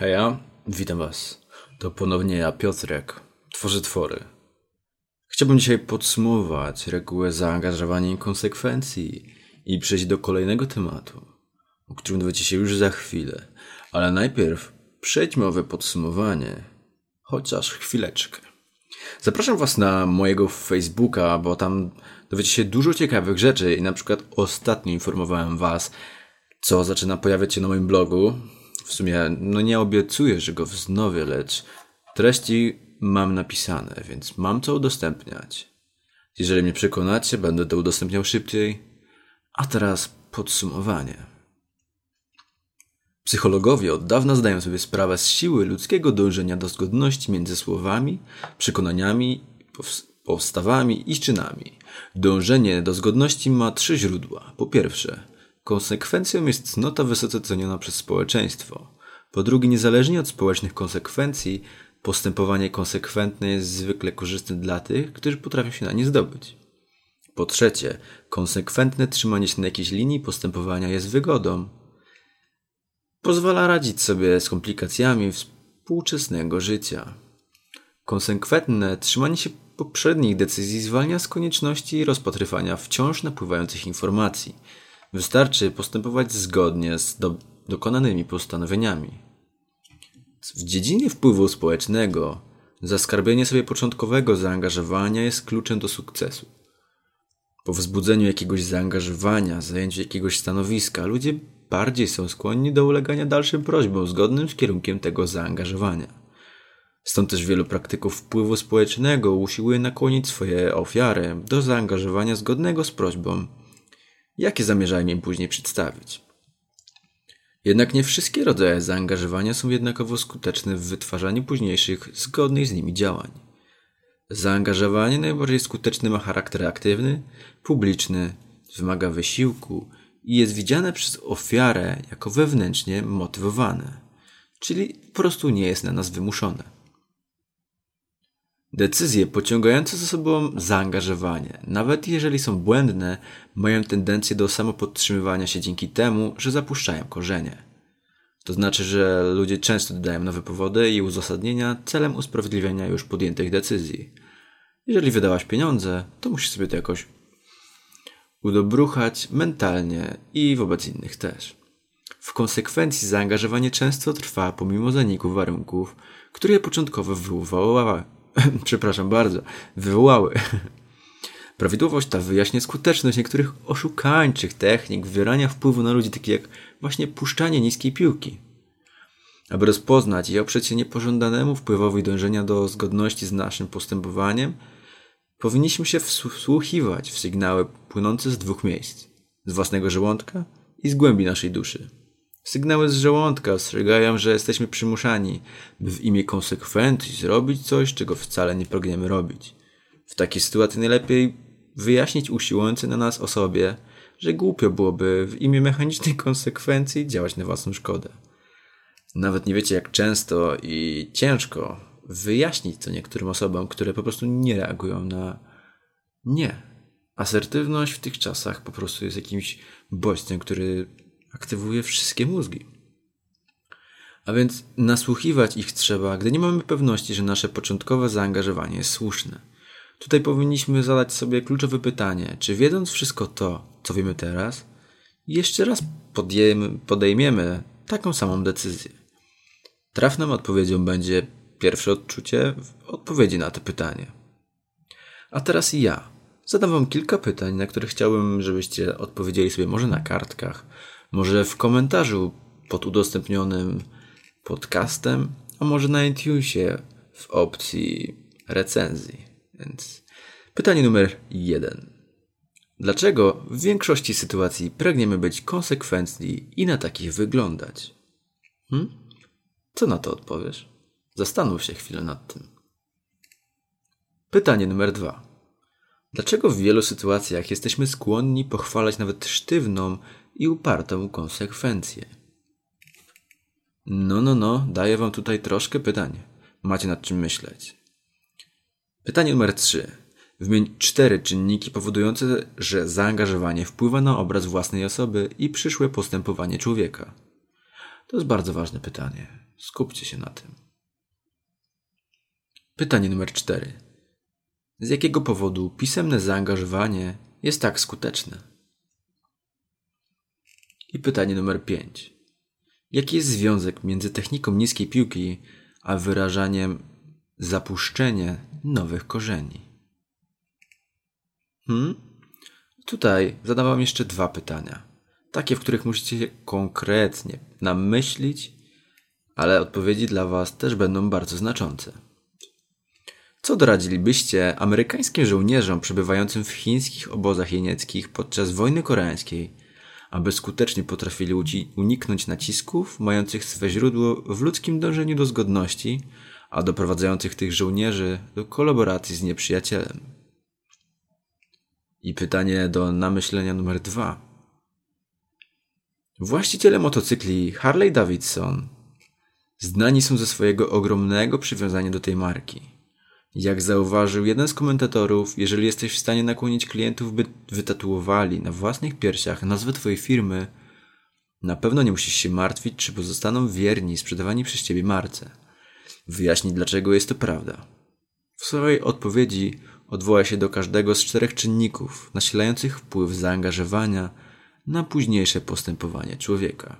Heja, witam was. To ponownie ja, Piotrek, tworzę twory. Chciałbym dzisiaj podsumować regułę zaangażowania i konsekwencji i przejść do kolejnego tematu, o którym dowiecie się już za chwilę. Ale najpierw przejdźmy owe podsumowanie, chociaż chwileczkę. Zapraszam was na mojego Facebooka, bo tam dowiecie się dużo ciekawych rzeczy i na przykład ostatnio informowałem was, co zaczyna pojawiać się na moim blogu. W sumie nie obiecuję, że go wznowię, lecz treści mam napisane, więc mam co udostępniać. Jeżeli mnie przekonacie, będę to udostępniał szybciej. A teraz podsumowanie. Psychologowie od dawna zdają sobie sprawę z siły ludzkiego dążenia do zgodności między słowami, przekonaniami, postawami i czynami. Dążenie do zgodności ma 3 źródła. Po pierwsze, konsekwencją jest cnota wysoce ceniona przez społeczeństwo. Po drugie, niezależnie od społecznych konsekwencji, postępowanie konsekwentne jest zwykle korzystne dla tych, którzy potrafią się na nie zdobyć. Po trzecie, konsekwentne trzymanie się na jakiejś linii postępowania jest wygodą. Pozwala radzić sobie z komplikacjami współczesnego życia. Konsekwentne trzymanie się poprzednich decyzji zwalnia z konieczności rozpatrywania wciąż napływających informacji. Wystarczy postępować zgodnie z dokonanymi postanowieniami. W dziedzinie wpływu społecznego zaskarbienie sobie początkowego zaangażowania jest kluczem do sukcesu. Po wzbudzeniu jakiegoś zaangażowania, zajęciu jakiegoś stanowiska, ludzie bardziej są skłonni do ulegania dalszym prośbom zgodnym z kierunkiem tego zaangażowania. Stąd też wielu praktyków wpływu społecznego usiłuje nakłonić swoje ofiary do zaangażowania zgodnego z prośbą, jakie zamierzają im później przedstawić. Jednak nie wszystkie rodzaje zaangażowania są jednakowo skuteczne w wytwarzaniu późniejszych, zgodnych z nimi działań. Zaangażowanie najbardziej skuteczne ma charakter aktywny, publiczny, wymaga wysiłku i jest widziane przez ofiarę jako wewnętrznie motywowane, czyli po prostu nie jest na nas wymuszone. Decyzje pociągające za sobą zaangażowanie, nawet jeżeli są błędne, mają tendencję do samopodtrzymywania się dzięki temu, że zapuszczają korzenie. To znaczy, że ludzie często dodają nowe powody i uzasadnienia celem usprawiedliwienia już podjętych decyzji. Jeżeli wydałaś pieniądze, to musisz sobie to jakoś udobruchać mentalnie i wobec innych też. W konsekwencji zaangażowanie często trwa pomimo zaniku warunków, które je początkowo wywołały. Prawidłowość ta wyjaśnia skuteczność niektórych oszukańczych technik wywierania wpływu na ludzi, takich jak właśnie puszczanie niskiej piłki. Aby rozpoznać i oprzeć się niepożądanemu wpływowi dążenia do zgodności z naszym postępowaniem, powinniśmy się wsłuchiwać w sygnały płynące z 2 miejsc. Z własnego żołądka i z głębi naszej duszy. Sygnały z żołądka ostrzegają, że jesteśmy przymuszani, by w imię konsekwencji zrobić coś, czego wcale nie pragniemy robić. W takiej sytuacji najlepiej wyjaśnić usiłującej na nas osobie, że głupio byłoby w imię mechanicznej konsekwencji działać na własną szkodę. Nawet nie wiecie, jak często i ciężko wyjaśnić to niektórym osobom, które po prostu nie reagują na nie. Asertywność w tych czasach po prostu jest jakimś bodźcem, który aktywuje wszystkie mózgi. A więc nasłuchiwać ich trzeba, gdy nie mamy pewności, że nasze początkowe zaangażowanie jest słuszne. Tutaj powinniśmy zadać sobie kluczowe pytanie, czy wiedząc wszystko to, co wiemy teraz, jeszcze raz podejmiemy taką samą decyzję. Trafną odpowiedzią będzie pierwsze odczucie w odpowiedzi na to pytanie. A teraz ja zadam wam kilka pytań, na które chciałbym, żebyście odpowiedzieli sobie może na kartkach, może w komentarzu pod udostępnionym podcastem, a może na iTunesie w opcji recenzji. Więc pytanie numer 1. Dlaczego w większości sytuacji pragniemy być konsekwentni i na takich wyglądać? Co na to odpowiesz? Zastanów się chwilę nad tym. Pytanie numer 2. Dlaczego w wielu sytuacjach jesteśmy skłonni pochwalać nawet sztywną i upartą konsekwencję? Daję wam tutaj troszkę pytań. Macie nad czym myśleć. Pytanie numer 3. Wymień 4 czynniki powodujące, że zaangażowanie wpływa na obraz własnej osoby i przyszłe postępowanie człowieka. To jest bardzo ważne pytanie. Skupcie się na tym. Pytanie numer 4. Z jakiego powodu pisemne zaangażowanie jest tak skuteczne? I pytanie numer 5. Jaki jest związek między techniką niskiej piłki a wyrażaniem zapuszczenie nowych korzeni? Tutaj zadam wam jeszcze 2 pytania. Takie, w których musicie się konkretnie namyślić, ale odpowiedzi dla was też będą bardzo znaczące. Co doradzilibyście amerykańskim żołnierzom przebywającym w chińskich obozach jenieckich podczas wojny koreańskiej, aby skutecznie potrafili uniknąć nacisków mających swe źródło w ludzkim dążeniu do zgodności, a doprowadzających tych żołnierzy do kolaboracji z nieprzyjacielem? I pytanie do namyślenia numer 2. Właściciele motocykli Harley Davidson znani są ze swojego ogromnego przywiązania do tej marki. Jak zauważył jeden z komentatorów, jeżeli jesteś w stanie nakłonić klientów, by wytatuowali na własnych piersiach nazwę twojej firmy, na pewno nie musisz się martwić, czy pozostaną wierni sprzedawani przez ciebie marce. Wyjaśnij, dlaczego jest to prawda. W swojej odpowiedzi odwoła się do każdego z 4 czynników nasilających wpływ zaangażowania na późniejsze postępowanie człowieka.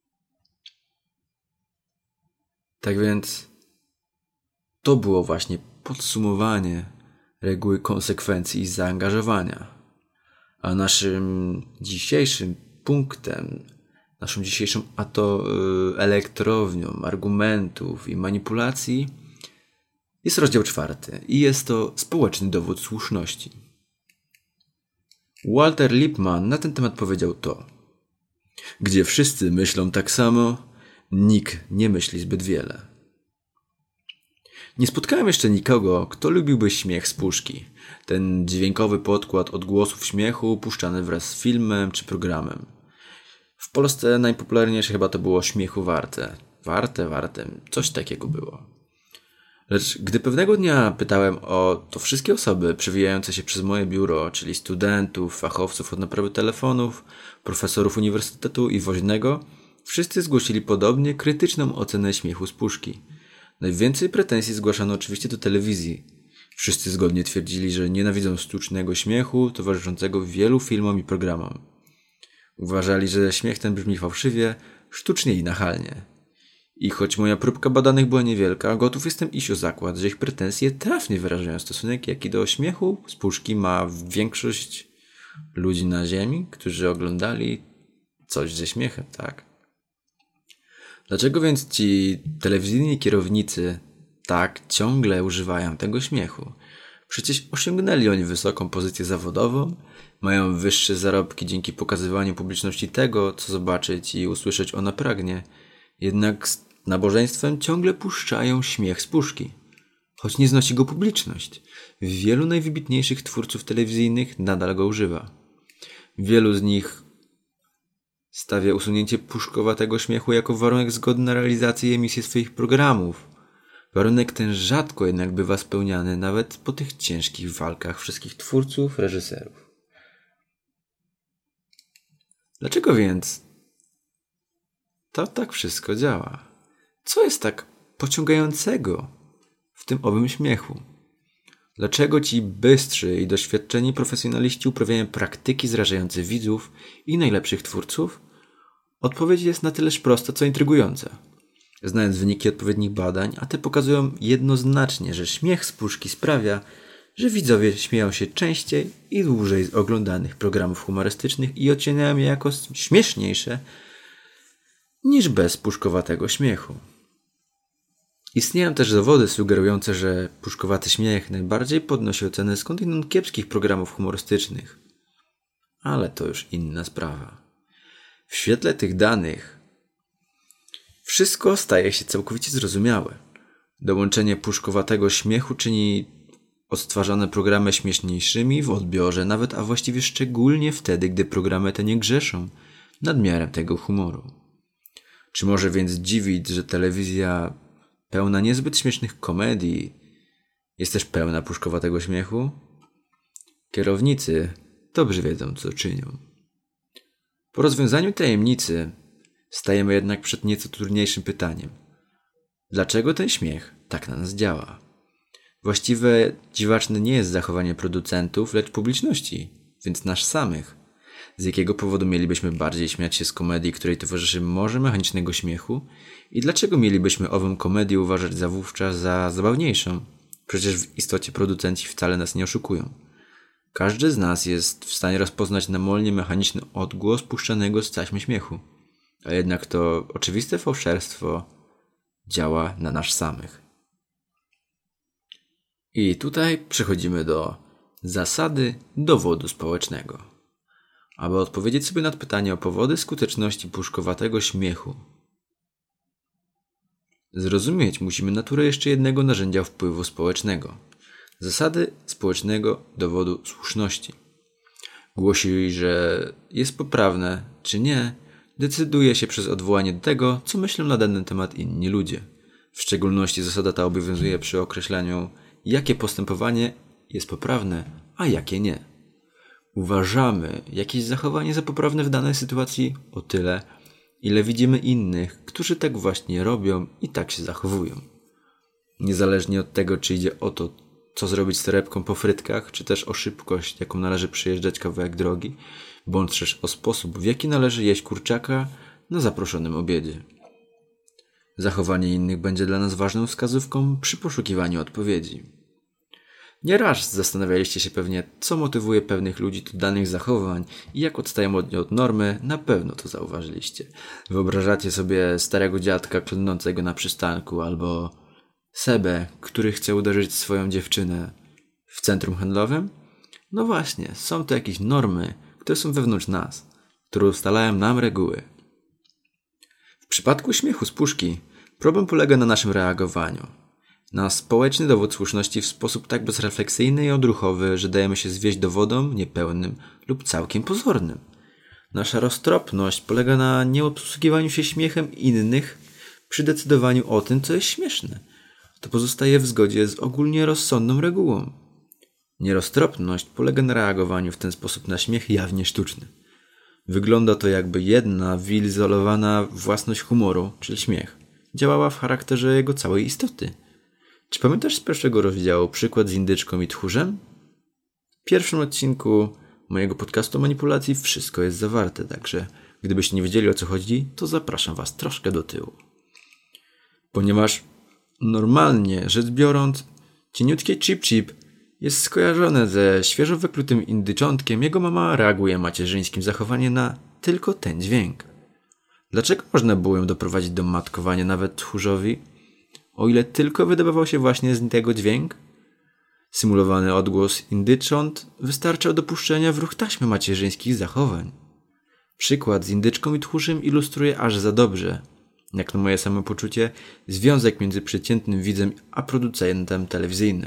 Tak więc to było właśnie podsumowanie reguły konsekwencji i zaangażowania. A naszym dzisiejszym punktem, naszą dzisiejszą elektrownią argumentów i manipulacji jest rozdział 4 i jest to społeczny dowód słuszności. Walter Lippmann na ten temat powiedział to: gdzie wszyscy myślą tak samo, nikt nie myśli zbyt wiele. Nie spotkałem jeszcze nikogo, kto lubiłby śmiech z puszki. Ten dźwiękowy podkład odgłosów śmiechu puszczany wraz z filmem czy programem. W Polsce najpopularniejsze chyba to było Śmiechu Warte. Warte. Coś takiego było. Lecz gdy pewnego dnia pytałem o to wszystkie osoby przewijające się przez moje biuro, czyli studentów, fachowców od naprawy telefonów, profesorów uniwersytetu i woźnego, wszyscy zgłosili podobnie krytyczną ocenę śmiechu z puszki. Najwięcej pretensji zgłaszano oczywiście do telewizji. Wszyscy zgodnie twierdzili, że nienawidzą sztucznego śmiechu towarzyszącego wielu filmom i programom. Uważali, że śmiech ten brzmi fałszywie, sztucznie i nachalnie. I choć moja próbka badanych była niewielka, gotów jestem iść o zakład, że ich pretensje trafnie wyrażają stosunek, jaki do śmiechu z puszki ma większość ludzi na ziemi, którzy oglądali coś ze śmiechem, tak? Dlaczego więc ci telewizyjni kierownicy tak ciągle używają tego śmiechu? Przecież osiągnęli oni wysoką pozycję zawodową, mają wyższe zarobki dzięki pokazywaniu publiczności tego, co zobaczyć i usłyszeć ona pragnie. Jednak z nabożeństwem ciągle puszczają śmiech z puszki, choć nie znosi go publiczność. Wielu najwybitniejszych twórców telewizyjnych nadal go używa. Wielu z nich stawia usunięcie puszkowatego śmiechu jako warunek zgody na realizację i emisję swoich programów. Warunek ten rzadko jednak bywa spełniany nawet po tych ciężkich walkach wszystkich twórców, reżyserów. Dlaczego więc to tak wszystko działa? Co jest tak pociągającego w tym owym śmiechu? Dlaczego ci bystrzy i doświadczeni profesjonaliści uprawiają praktyki zrażające widzów i najlepszych twórców? Odpowiedź jest na tyleż prosta, co intrygująca. Znając wyniki odpowiednich badań, a te pokazują jednoznacznie, że śmiech z puszki sprawia, że widzowie śmieją się częściej i dłużej z oglądanych programów humorystycznych i oceniają je jako śmieszniejsze niż bez puszkowatego śmiechu. Istnieją też dowody sugerujące, że puszkowaty śmiech najbardziej podnosi ocenę skądinąd kiepskich programów humorystycznych. Ale to już inna sprawa. W świetle tych danych wszystko staje się całkowicie zrozumiałe. Dołączenie puszkowatego śmiechu czyni odtwarzane programy śmieszniejszymi w odbiorze, nawet a właściwie szczególnie wtedy, gdy programy te nie grzeszą nadmiarem tego humoru. Czy może więc dziwić, że telewizja pełna niezbyt śmiesznych komedii jest też pełna puszkowatego śmiechu? Kierownicy dobrze wiedzą, co czynią. Po rozwiązaniu tajemnicy stajemy jednak przed nieco trudniejszym pytaniem. Dlaczego ten śmiech tak na nas działa? Właściwie dziwaczne nie jest zachowanie producentów, lecz publiczności, więc nas samych. Z jakiego powodu mielibyśmy bardziej śmiać się z komedii, której towarzyszy morze mechanicznego śmiechu? I dlaczego mielibyśmy ową komedię uważać wówczas za zabawniejszą? Przecież w istocie producenci wcale nas nie oszukują. Każdy z nas jest w stanie rozpoznać namolnie mechaniczny odgłos puszczanego z taśmy śmiechu. A jednak to oczywiste fałszerstwo działa na nas samych. I tutaj przechodzimy do zasady dowodu społecznego. Aby odpowiedzieć sobie na pytanie o powody skuteczności puszkowatego śmiechu, zrozumieć musimy naturę jeszcze jednego narzędzia wpływu społecznego. Zasady społecznego dowodu słuszności. Głosi, że jest poprawne, czy nie, decyduje się przez odwołanie do tego, co myślą na dany temat inni ludzie. W szczególności zasada ta obowiązuje przy określaniu, jakie postępowanie jest poprawne, a jakie nie. Uważamy jakieś zachowanie za poprawne w danej sytuacji o tyle, ile widzimy innych, którzy tak właśnie robią i tak się zachowują. Niezależnie od tego, czy idzie o to, co zrobić z torebką po frytkach, czy też o szybkość, jaką należy przejeżdżać kawałek drogi, bądź też o sposób, w jaki należy jeść kurczaka na zaproszonym obiedzie. Zachowanie innych będzie dla nas ważną wskazówką przy poszukiwaniu odpowiedzi. Nieraz zastanawialiście się pewnie, co motywuje pewnych ludzi do danych zachowań i jak odstają od normy, na pewno to zauważyliście. Wyobrażacie sobie starego dziadka klnącego na przystanku albo Sebę, który chce uderzyć swoją dziewczynę w centrum handlowym? No właśnie, są to jakieś normy, które są wewnątrz nas, które ustalają nam reguły. W przypadku śmiechu z puszki problem polega na naszym reagowaniu. Na społeczny dowód słuszności w sposób tak bezrefleksyjny i odruchowy, że dajemy się zwieść dowodom niepełnym lub całkiem pozornym. Nasza roztropność polega na nieobsługiwaniu się śmiechem innych przy decydowaniu o tym, co jest śmieszne. To pozostaje w zgodzie z ogólnie rozsądną regułą. Nieroztropność polega na reagowaniu w ten sposób na śmiech jawnie sztuczny. Wygląda to jakby jedna wyizolowana własność humoru, czyli śmiech, działała w charakterze jego całej istoty. Czy pamiętasz z pierwszego rozdziału przykład z indyczką i tchórzem? W pierwszym odcinku mojego podcastu o manipulacji wszystko jest zawarte, także gdybyście nie wiedzieli, o co chodzi, to zapraszam was troszkę do tyłu. Ponieważ normalnie rzecz biorąc, cieniutkie Chip jest skojarzone ze świeżo wyklutym indyczątkiem, jego mama reaguje macierzyńskim zachowaniem na tylko ten dźwięk. Dlaczego można było ją doprowadzić do matkowania nawet tchórzowi, o ile tylko wydobywał się właśnie z tego dźwięk? Symulowany odgłos indycząt wystarczał do puszczenia w ruch taśmy macierzyńskich zachowań. Przykład z indyczką i tchórzem ilustruje aż za dobrze, jak na moje samopoczucie, związek między przeciętnym widzem a producentem telewizyjnym.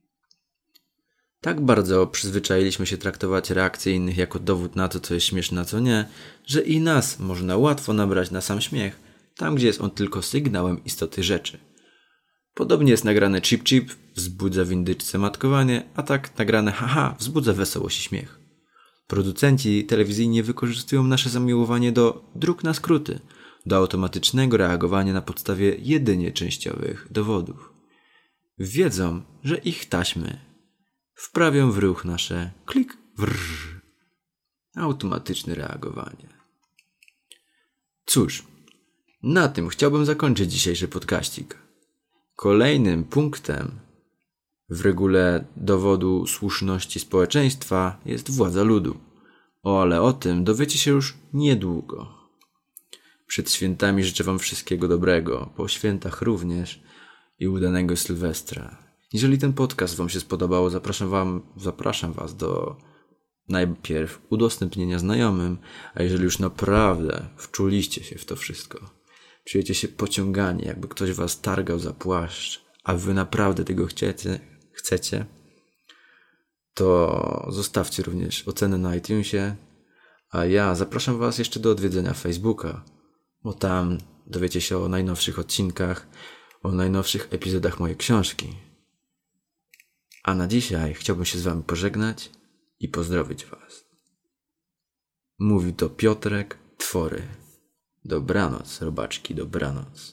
Tak bardzo przyzwyczailiśmy się traktować reakcje innych jako dowód na to, co jest śmieszne, a co nie, że i nas można łatwo nabrać na sam śmiech, tam gdzie jest on tylko sygnałem istoty rzeczy. Podobnie jest nagrane Chip wzbudza w indyczce matkowanie, a tak nagrane haha wzbudza wesołość i śmiech. Producenci telewizyjnie wykorzystują nasze zamiłowanie do dróg na skróty, do automatycznego reagowania na podstawie jedynie częściowych dowodów. Wiedzą, że ich taśmy wprawią w ruch nasze klik, wrrr, automatyczne reagowanie. Cóż, na tym chciałbym zakończyć dzisiejszy podcaścik. Kolejnym punktem w regule dowodu słuszności społeczeństwa jest władza ludu. Ale o tym dowiecie się już niedługo. Przed świętami życzę wam wszystkiego dobrego, po świętach również i udanego Sylwestra. Jeżeli ten podcast wam się spodobał, zapraszam was do najpierw udostępnienia znajomym, a jeżeli już naprawdę wczuliście się w to wszystko, czujecie się pociągani, jakby ktoś was targał za płaszcz, a wy naprawdę tego chcecie, to zostawcie również ocenę na iTunesie, a ja zapraszam was jeszcze do odwiedzenia Facebooka, bo tam dowiecie się o najnowszych odcinkach, o najnowszych epizodach mojej książki. A na dzisiaj chciałbym się z wami pożegnać i pozdrowić was. Mówi to Piotrek Twory. Dobranoc, robaczki, dobranoc.